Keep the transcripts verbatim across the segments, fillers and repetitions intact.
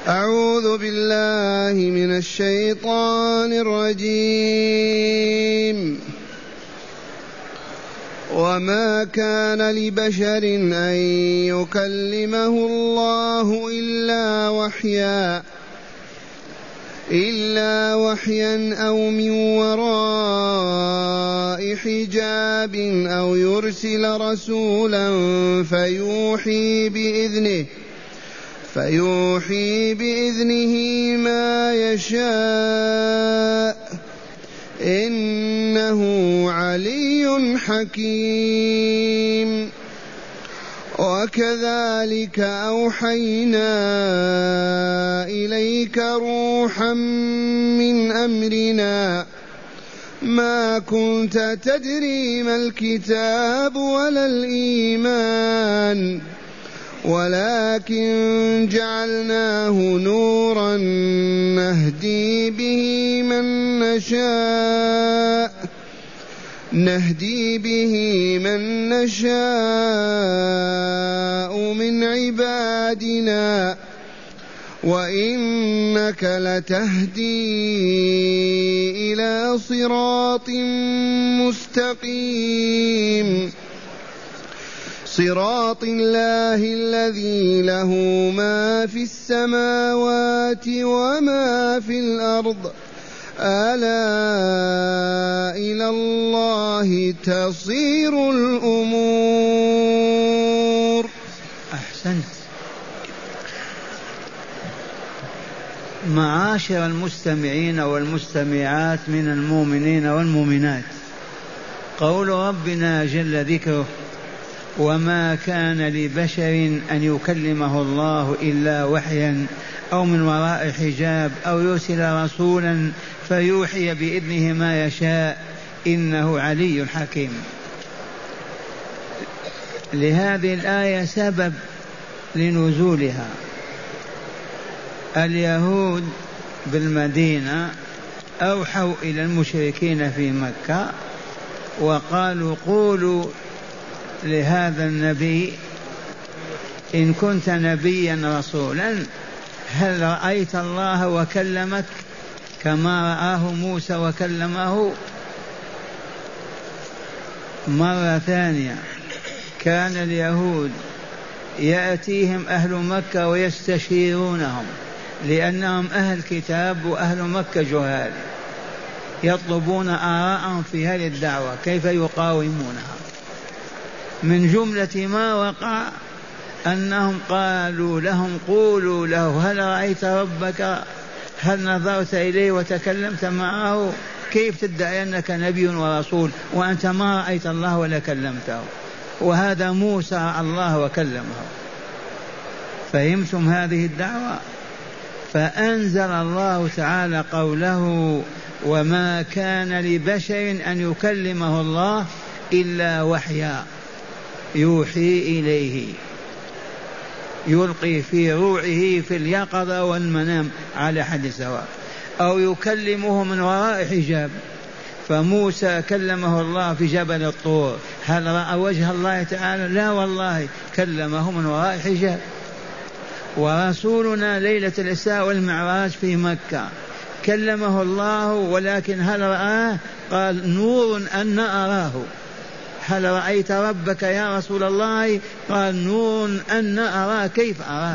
أعوذ بالله من الشيطان الرجيم. وما كان لبشر أن يكلمه الله إلا وحيا إلا وحيا أو من وراء حجاب أو يرسل رسولا فيوحي بإذنه فيوحي بإذنه ما يشاء إنه علي حكيم. وكذلك أوحينا إليك روحا من أمرنا ما كنت تدري ما الكتاب ولا الإيمان ولكن جعلناه نورا نهدي به من نشاء نهدي به من نشاء من عبادنا وإنك لتهدي إلى صراط مستقيم صراط الله الذي له ما في السماوات وما في الأرض ألا إلى الله تصير الأمور. أحسنت. معاشر المستمعين والمستمعات من المؤمنين والمؤمنات، قول ربنا جل ذكره: وما كان لبشر أن يكلمه الله إلا وحيا أو من وراء حجاب أو يرسل رسولا فيوحي بإذنه ما يشاء إنه علي حكيم. لهذه الآية سبب لنزولها: اليهود بالمدينة أوحوا إلى المشركين في مكة وقالوا: قولوا لهذا النبي إن كنت نبيا رسولا هل رأيت الله وكلمك كما رآه موسى وكلمه؟ مرة ثانية كان اليهود يأتيهم أهل مكة ويستشيرونهم لأنهم أهل كتاب وأهل مكة جهال، يطلبون آراءهم في هذه الدعوة كيف يقاومونها. من جملة ما وقع أنهم قالوا لهم: قولوا له هل رأيت ربك؟ هل نظرت إليه وتكلمت معه؟ كيف تدعي أنك نبي ورسول وأنت ما رأيت الله ولا كلمته؟ وهذا موسى الله وكلمه. فهمتم هذه الدعوة؟ فأنزل الله تعالى قوله: وما كان لبشر أن يكلمه الله إلا وحيا يوحي إليه، يلقي في روعه في اليقظة والمنام على حد سواء، أو يكلمه من وراء حجاب. فموسى كلمه الله في جبل الطور، هل رأى وجه الله تعالى؟ لا والله، كلمه من وراء حجاب. ورسولنا ليلة الإسراء والمعراج في مكة كلمه الله، ولكن هل رآه؟ قال: نور أن أراه. هل رأيت ربك يا رسول الله؟ قال: نور أن أراه. كيف أراه؟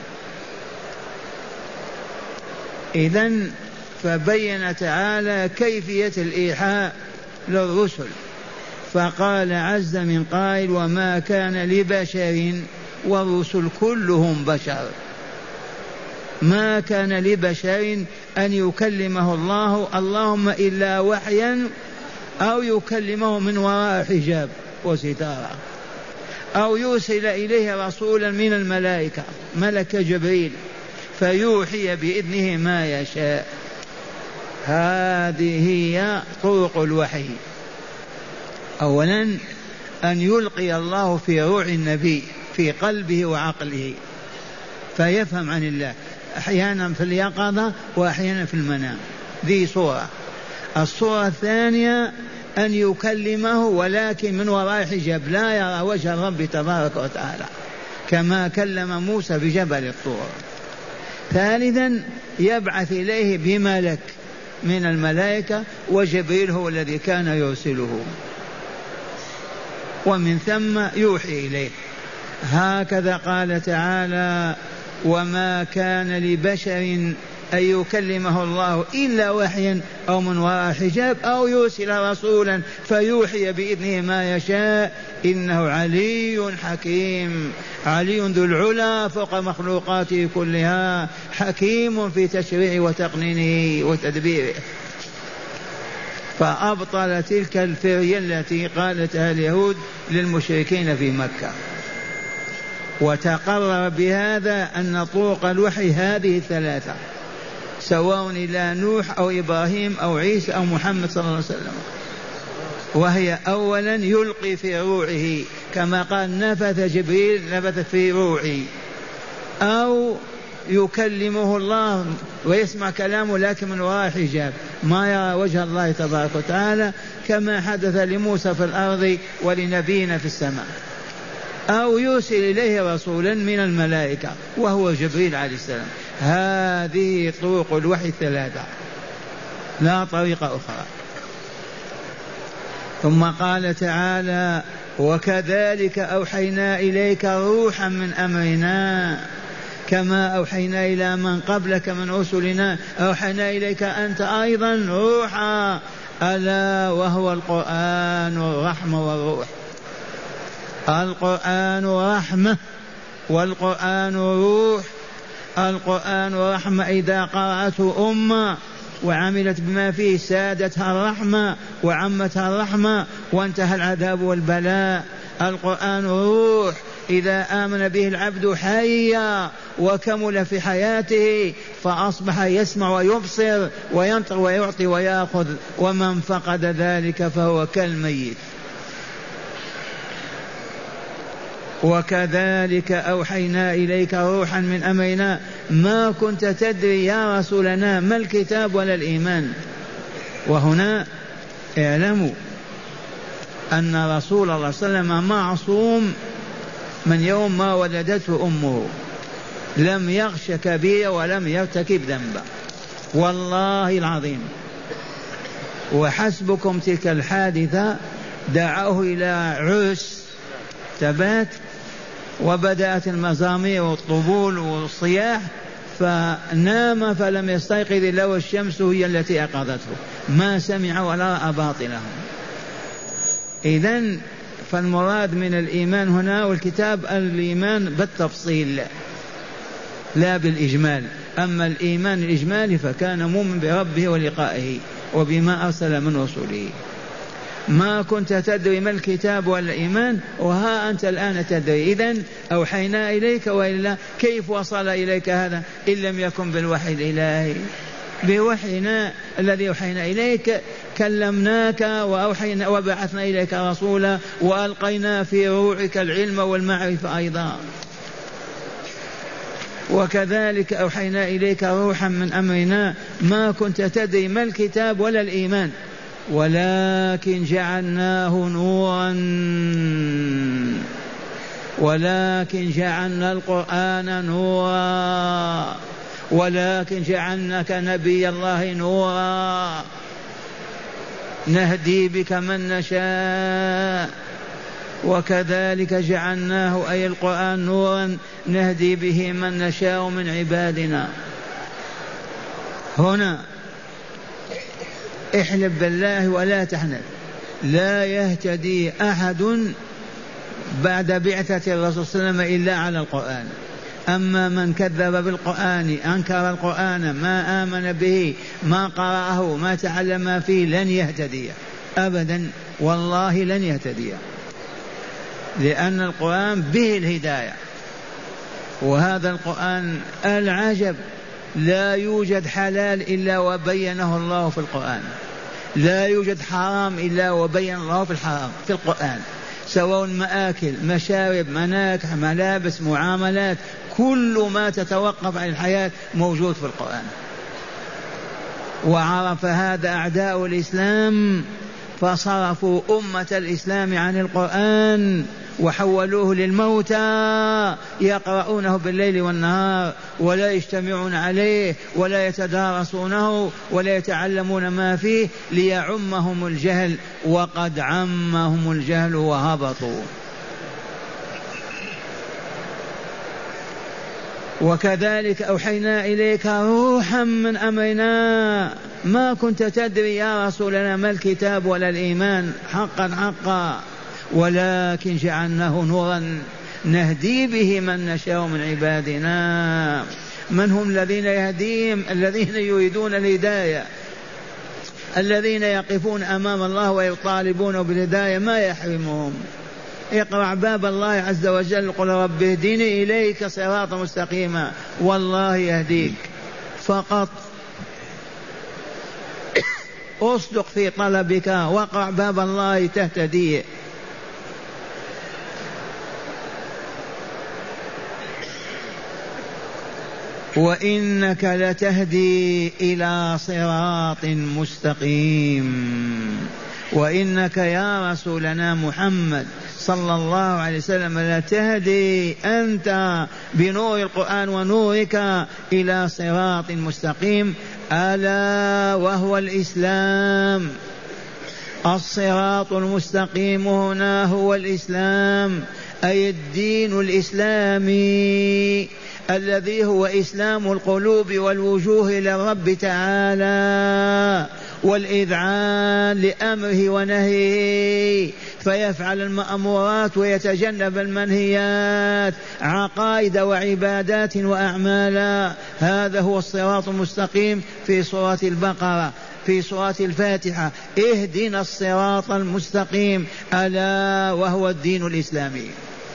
إذن فبين تعالى كيفية الإيحاء للرسل، فقال عز من قائل: وما كان لبشر، والرسل كلهم بشر، ما كان لبشر أن يكلمه الله اللهم إلا وحيا أو يكلمه من وراء حجاب وستارة أو يرسل إليه رسولا من الملائكة ملك جبريل فيوحي بإذنه ما يشاء. هذه هي طرق الوحي. أولا أن يلقي الله في روع النبي في قلبه وعقله فيفهم عن الله، أحيانا في اليقظة وأحيانا في المنام. ذي صورة. الصورة الثانية أن يكلمه ولكن من وراء حجاب، لا يرى وجه الرب تبارك وتعالى كما كلم موسى بجبل الطور. ثالثا يبعث إليه بملك من الملائكة، وجبريل هو الذي كان يرسله، ومن ثم يوحي إليه. هكذا قال تعالى: وما كان لبشر أن يكلمه الله إلا وحيا أو من وراء حجاب أو يرسل رسولا فيوحي بإذنه ما يشاء إنه علي حكيم. علي ذو العلا فوق مخلوقاته كلها، حكيم في تشريعه وتقنينه وتدبيره. فأبطل تلك الفرية التي قالتها اليهود للمشركين في مكة، وتقرر بهذا أن طرق الوحي هذه الثلاثة، سواء إلى نوح أو إبراهيم أو عيسى أو محمد صلى الله عليه وسلم. وهي أولا يلقي في روعه كما قال: نفث جبريل نفث في روعي، أو يكلمه الله ويسمع كلامه لكن من وراء حجاب ما يرى وجه الله تبارك وتعالى، كما حدث لموسى في الأرض ولنبينا في السماء، أو يرسل إليه رسولا من الملائكة وهو جبريل عليه السلام. هذه طرق الوحي الثلاثة، لا طريقة أخرى. ثم قال تعالى: وكذلك أوحينا إليك روحا من أمرنا كما أوحينا إلى من قبلك من رسلنا أوحينا إليك أنت أيضا روحا، ألا وهو القرآن الرحمة والروح. القرآن رحمة والقرآن روح. القرآن رحمة إذا قرأته أمة وعملت بما فيه سادتها الرحمة وعمتها الرحمة وانتهى العذاب والبلاء. القرآن روح إذا آمن به العبد حيا وكمل في حياته فأصبح يسمع ويبصر وينطق ويعطي ويأخذ، ومن فقد ذلك فهو كالميت. وكذلك أوحينا إليك روحا من أمرنا ما كنت تدري يا رسولنا ما الكتاب ولا الإيمان. وهنا اعلموا أن رسول الله صلى الله عليه وسلم معصوم من يوم ما ولدته أمه، لم يغش كبيرا ولم يرتكب ذنبا والله العظيم. وحسبكم تلك الحادثة دعوه إلى عرس تبات وبدأت المزامير والطبول والصياح فنام فلم يستيقظ إلا والشمس هي التي أيقظته، ما سمع ولا رأى باطلهم. إذن فالمراد من الإيمان هنا والكتاب الإيمان بالتفصيل لا بالإجمال. أما الإيمان الإجمالي فكان مؤمن بربه ولقائه وبما أرسل من رسوله. ما كنت تدري ما الكتاب ولا الإيمان وها أنت الآن تدري. إذن أوحينا إليك، وإلا كيف وصل إليك هذا إن لم يكن بالوحي الإلهي؟ بوحينا الذي أوحينا إليك كلمناك وأوحينا وبعثنا إليك رسولا وألقينا في روعك العلم والمعرفة أيضا. وكذلك أوحينا إليك روحا من أمرنا ما كنت تدري ما الكتاب ولا الإيمان ولكن جعلناه نورا ولكن جعلنا القرآن نورا ولكن جعلناك نبي الله نورا نهدي بك من نشاء. وكذلك جعلناه أي القرآن نورا نهدي به من نشاء من عبادنا. هنا احلف بالله ولا تحنث، لا يهتدي أحد بعد بعثة الرسول صلى الله عليه وسلم إلا على القرآن. أما من كذب بالقرآن أنكر القرآن ما آمن به ما قرأه ما تعلم فيه لن يهتدي أبدا، والله لن يهتدي، لأن القرآن به الهداية. وهذا القرآن العجب لا يوجد حلال إلا وبينه الله في القرآن، لا يوجد حرام إلا وبين الله في الحرام في القرآن، سواء مآكل مشارب مناكح ملابس معاملات، كل ما تتوقف عن الحياة موجود في القرآن. وعرف هذا أعداء الإسلام فصرفوا أمة الإسلام عن القرآن وحولوه للموتى يقرؤونه بالليل والنهار ولا يجتمعون عليه ولا يتدارسونه ولا يتعلمون ما فيه ليعمهم الجهل، وقد عمهم الجهل وهبطوا. وكذلك أوحينا إليك روحا من أمرنا ما كنت تدري يا رسولنا ما الكتاب ولا الإيمان حقا حقا، ولكن جعلناه نورا نهدي به من نشاء من عبادنا. من هم الذين يهديهم؟ الذين يريدون الهداية، الذين يقفون أمام الله ويطالبون بالهداية ما يحرمهم. اقرأ باب الله عز وجل، قل رب اهدني إليك صراطا مستقيما، والله يهديك. فقط اصدق في طلبك واقرأ باب الله تهتدي. وإنك لتهدي إلى صراط مستقيم. وإنك يا رسولنا محمد صلى الله عليه وسلم لتهدي أنت بنور القرآن ونورك إلى صراط مستقيم، ألا وهو الإسلام. الصراط المستقيم هنا هو الإسلام، أي الدين الإسلامي الذي هو إسلام القلوب والوجوه للرب تعالى، والإذعان لأمره ونهيه فيفعل المأمورات ويتجنب المنهيات، عقائد وعبادات وأعمالا. هذا هو الصراط المستقيم في سورة البقرة. في سورة الفاتحة اهدنا الصراط المستقيم، ألا وهو الدين الإسلامي.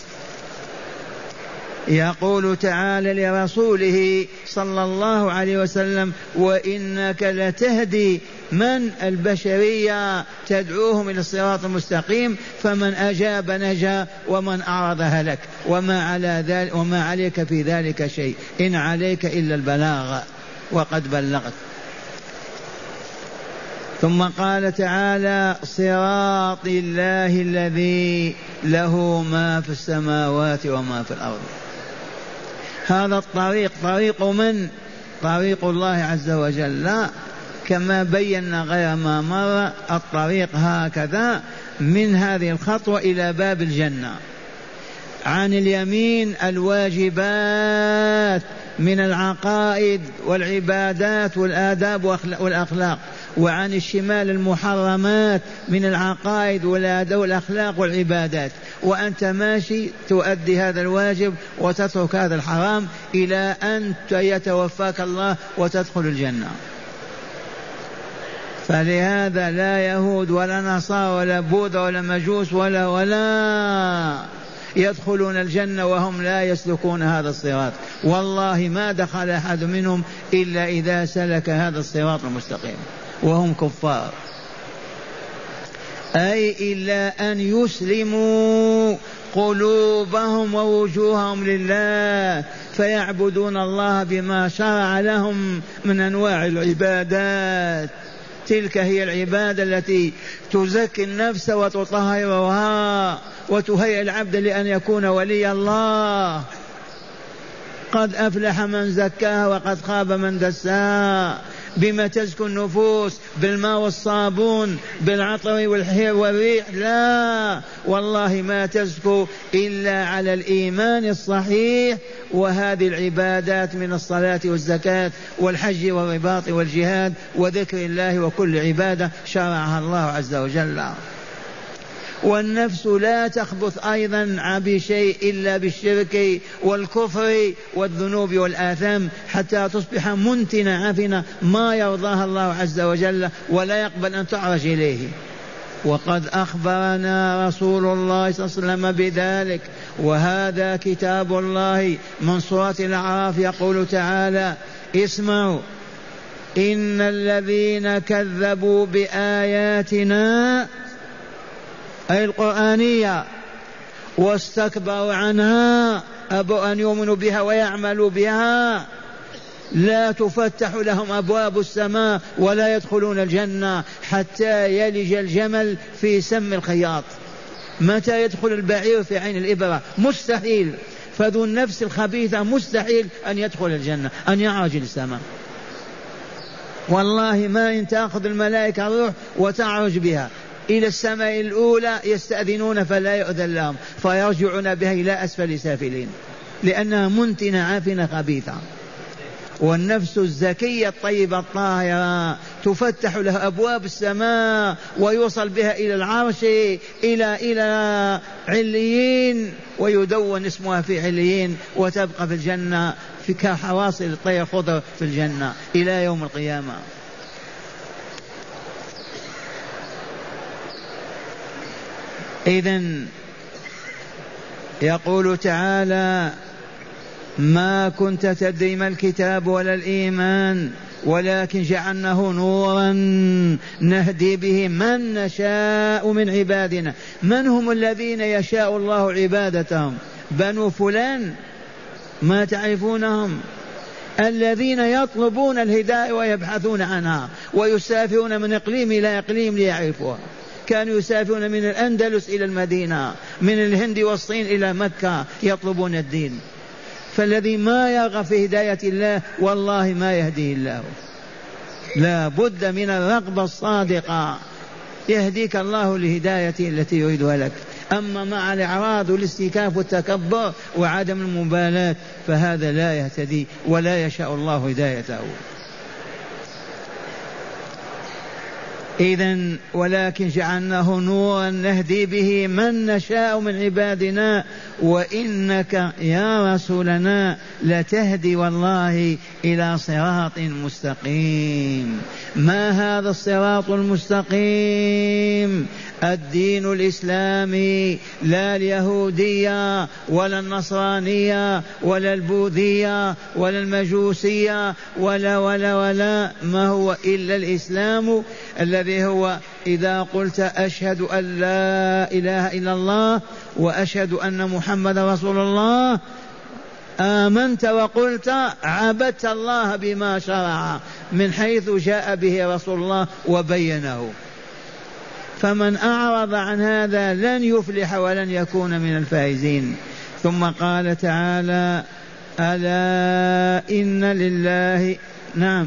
يقول تعالى لرسوله صلى الله عليه وسلم وإنك لتهدي من البشرية تدعوهم إلى الصراط المستقيم، فمن أجاب نجا ومن أعرض هلك، وما على ذلك وما عليك في ذلك شيء، إن عليك إلا البلاغ وقد بلغت. ثم قال تعالى صراط الله الذي له ما في السماوات وما في الأرض. هذا الطريق طريق من؟ طريق الله عز وجل. لا، كما بينا غير ما مر، الطريق هكذا من هذه الخطوة إلى باب الجنة. عن اليمين الواجبات من العقائد والعبادات والآداب والأخلاق، وعن الشمال المحرمات من العقائد والآداب والأخلاق والعبادات. وأنت ماشي تؤدي هذا الواجب وتترك هذا الحرام إلى أن يتوفاك الله وتدخل الجنة. فلهذا لا يهود ولا نصارى ولا بوذا ولا مجوس ولا ولا يدخلون الجنة وهم لا يسلكون هذا الصراط. والله ما دخل أحد منهم إلا إذا سلك هذا الصراط المستقيم وهم كفار، أي إلا أن يسلموا قلوبهم ووجوههم لله فيعبدون الله بما شرع لهم من أنواع العبادات. تلك هي العبادة التي تزكي النفس وتطهرها وتهيئ العبد لأن يكون ولي الله. قد أفلح من زكاها وقد خاب من دساها. بما تزكو النفوس؟ بالماء والصابون، بالعطر والحير والريح؟ لا، والله ما تزكو إلا على الإيمان الصحيح. وهذه العبادات من الصلاة والزكاة والحج والرباط والجهاد وذكر الله وكل عبادة شرعها الله عز وجل. والنفس لا تخبث أيضا بشيء إلا بالشرك والكفر والذنوب والآثام حتى تصبح منتنة عفنة ما يرضاها الله عز وجل ولا يقبل أن تعرج إليه. وقد أخبرنا رسول الله صلى الله عليه وسلم بذلك. وهذا كتاب الله من سورة الأعراف يقول تعالى اسمعوا إن الذين كذبوا بآياتنا أي القرآنية واستكبروا عنها أبوا أن يؤمنوا بها ويعملوا بها لا تفتح لهم أبواب السماء ولا يدخلون الجنة حتى يلج الجمل في سم الخياط. متى يدخل البعير في عين الإبرة؟ مستحيل. فذو النفس الخبيثة مستحيل أن يدخل الجنة، أن يعرج السماء. والله ما إن تأخذ الملائكة الروح وتعرج بها إلى السماء الأولى يستأذنون فلا يؤذن لهم فيرجعون بها إلى أسفل سافلين، لأنها منتنة عافنة خبيثة. والنفس الزكية الطيبة الطاهرة تفتح لها أبواب السماء ويوصل بها إلى العرش، إلى إلى عليين، ويدون اسمها في عليين، وتبقى في الجنة في كحواصل الطير خضر في الجنة إلى يوم القيامة. إذن يقول تعالى: ما كنت تدري ما الكتاب ولا الإيمان ولكن جعلناه نورا نهدي به من نشاء من عبادنا. من هم الذين يشاء الله عبادتهم؟ بنو فلان ما تعرفونهم؟ الذين يطلبون الهداية ويبحثون عنها ويسافرون من إقليم إلى إقليم ليعرفوها. كانوا يسافرون من الأندلس إلى المدينة، من الهند والصين إلى مكة يطلبون الدين. فالذي ما يرغب في هداية الله والله ما يهديه الله. لا بد من الرغبة الصادقة، يهديك الله لهدايته التي يريدها لك. أما مع الإعراض والاستكاف والتكبر وعدم المبالاة فهذا لا يهتدي ولا يشاء الله هدايته. إذن ولكن جعلناه نورا نهدي به من نشاء من عبادنا وإنك يا رسولنا لتهدي والله إلى صراط مستقيم. ما هذا الصراط المستقيم؟ الدين الإسلامي، لا اليهودية ولا النصرانية ولا البوذية ولا المجوسية ولا ولا ولا ما هو إلا الإسلام، الذي هو إذا قلت أشهد أن لا إله إلا الله وأشهد أن محمد رسول الله آمنت وقلت عبدت الله بما شرع من حيث جاء به رسول الله وبينه. فمن أعرض عن هذا لن يفلح ولن يكون من الفائزين. ثم قال تعالى: ألا إن لله نعم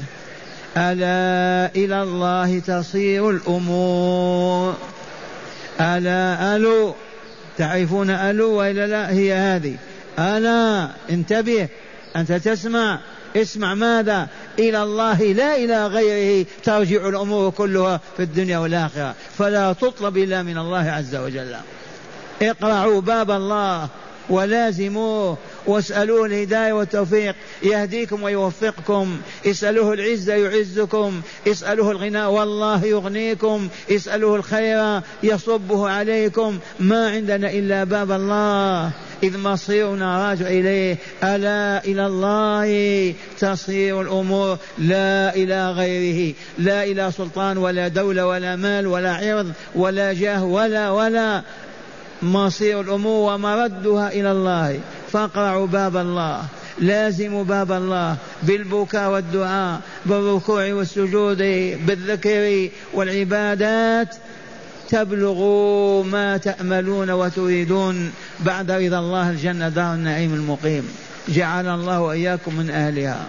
ألا إلى الله تصير الأمور. ألا ألو، تعرفون ألو وإلا لا؟ هي هذه ألا، انتبه أنت تسمع، اسمع ماذا؟ إلى الله لا إلى غيره ترجع الأمور كلها في الدنيا والآخرة، فلا تطلب إلا من الله عز وجل. اقرعوا باب الله ولازموه واسألوه الهداية والتوفيق يهديكم ويوفقكم. اسألوه العزة يعزكم، اسألوه الغنى والله يغنيكم، اسألوه الخير يصبه عليكم. ما عندنا إلا باب الله، إذ مصيرنا راجع إليه. ألا إلى الله تصير الأمور، لا إلى غيره، لا إلى سلطان ولا دولة ولا مال ولا عرض ولا جاه ولا ولا مصير الأمور ومردها إلى الله. فاقرعوا باب الله، لازموا باب الله بالبكاء والدعاء، بالركوع والسجود، بالذكر والعبادات، تبلغوا ما تأملون وتريدون بعد رضا الله الجنة دار النعيم المقيم. جعل الله وإياكم من أهلها.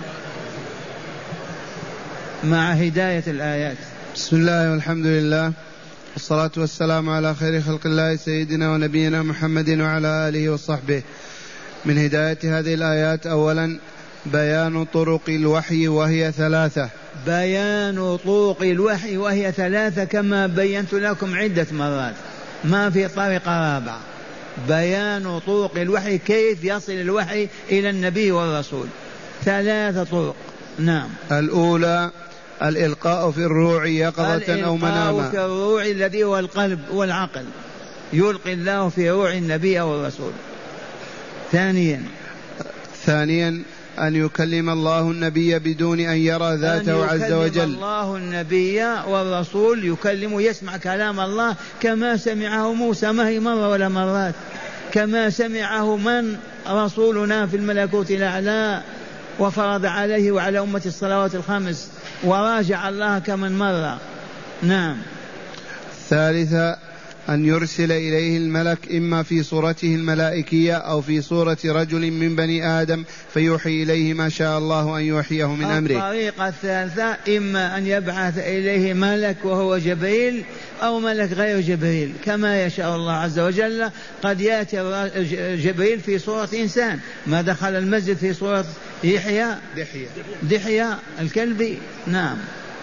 مع هداية الآيات. بسم الله والحمد لله والصلاة والسلام على خير خلق الله سيدنا ونبينا محمد وعلى آله وصحبه. من هداية هذه الآيات أولا بيان طرق الوحي وهي ثلاثة. بيان طرق الوحي وهي ثلاثة كما بينت لكم عدة مرات، ما في طريقة رابعة. بيان طرق الوحي، كيف يصل الوحي إلى النبي والرسول، ثلاثة طرق. نعم. الأولى الإلقاء في الروع يقظة أو مناما. الإلقاء في الروع الذي هو القلب والعقل، يلقي الله في روع النبي أو الرسول. ثانيا ثانيا أن يكلم الله النبي بدون أن يرى ذاته عز وجل. أن يكلم الله النبي والرسول، يكلم يسمع كلام الله كما سمعه موسى، ما هي مرة ولا مرات، كما سمعه من رسولنا في الملكوت الأعلى وفرض عليه وعلى أمة الصلوات الخمس وراجع الله كمن مرة. نعم. ثالثا أن يرسل إليه الملك إما في صورته الملائكية أو في صورة رجل من بني آدم فيوحي إليه ما شاء الله أن يوحيه من أمره. الطريقة الثالثة إما أن يبعث إليه ملك وهو جبريل أو ملك غير جبريل كما يشاء الله عز وجل. قد يأتي جبريل في صورة إنسان، ما دخل المسجد في صورة يحيى دحية دحية الكلبي. نعم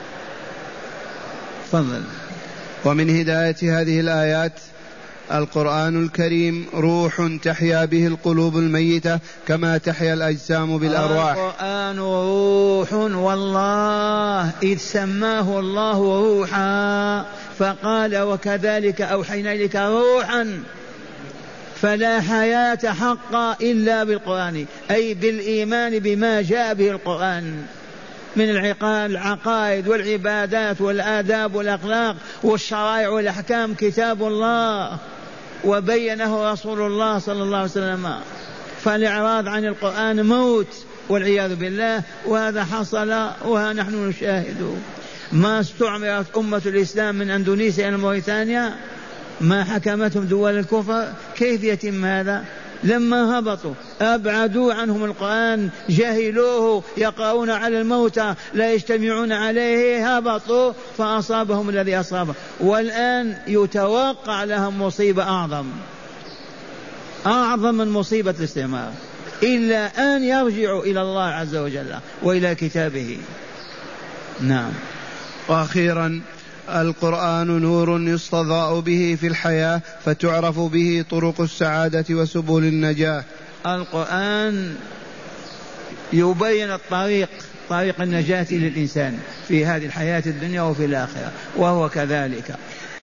تفضل. ومن هداية هذه الآيات القرآن الكريم روح تحيا به القلوب الميتة كما تحيا الأجسام بالأرواح. القرآن روح والله إذ سماه الله روحا فقال وكذلك أوحينا إليك روحا. فلا حياة حقا إلا بالقرآن، أي بالإيمان بما جاء به القرآن من العقائد والعبادات والآداب والأخلاق والشرائع والأحكام. كتاب الله وبينه رسول الله صلى الله عليه وسلم. فالإعراض عن القرآن موت والعياذ بالله، وهذا حصل وها نحن نشاهده. ما استعمرت أمة الإسلام من أندونيسيا إلى موريتانيا، ما حكمتهم دول الكفر. كيف يتم هذا؟ لما هبطوا أبعدوا عنهم القرآن، جهلوه، يقرؤون على الموتى لا يجتمعون عليه، هبطوا فأصابهم الذي أصابه. والآن يتوقع لهم مصيبة أعظم أعظم من مصيبة الاستعمار، إلا أن يرجعوا إلى الله عز وجل وإلى كتابه. نعم. وأخيرا القرآن نور يستضاء به في الحياة فتعرف به طرق السعادة وسبل النجاة. القرآن يبين الطريق طريق النجاة للإنسان في هذه الحياة الدنيا وفي الآخرة، وهو كذلك.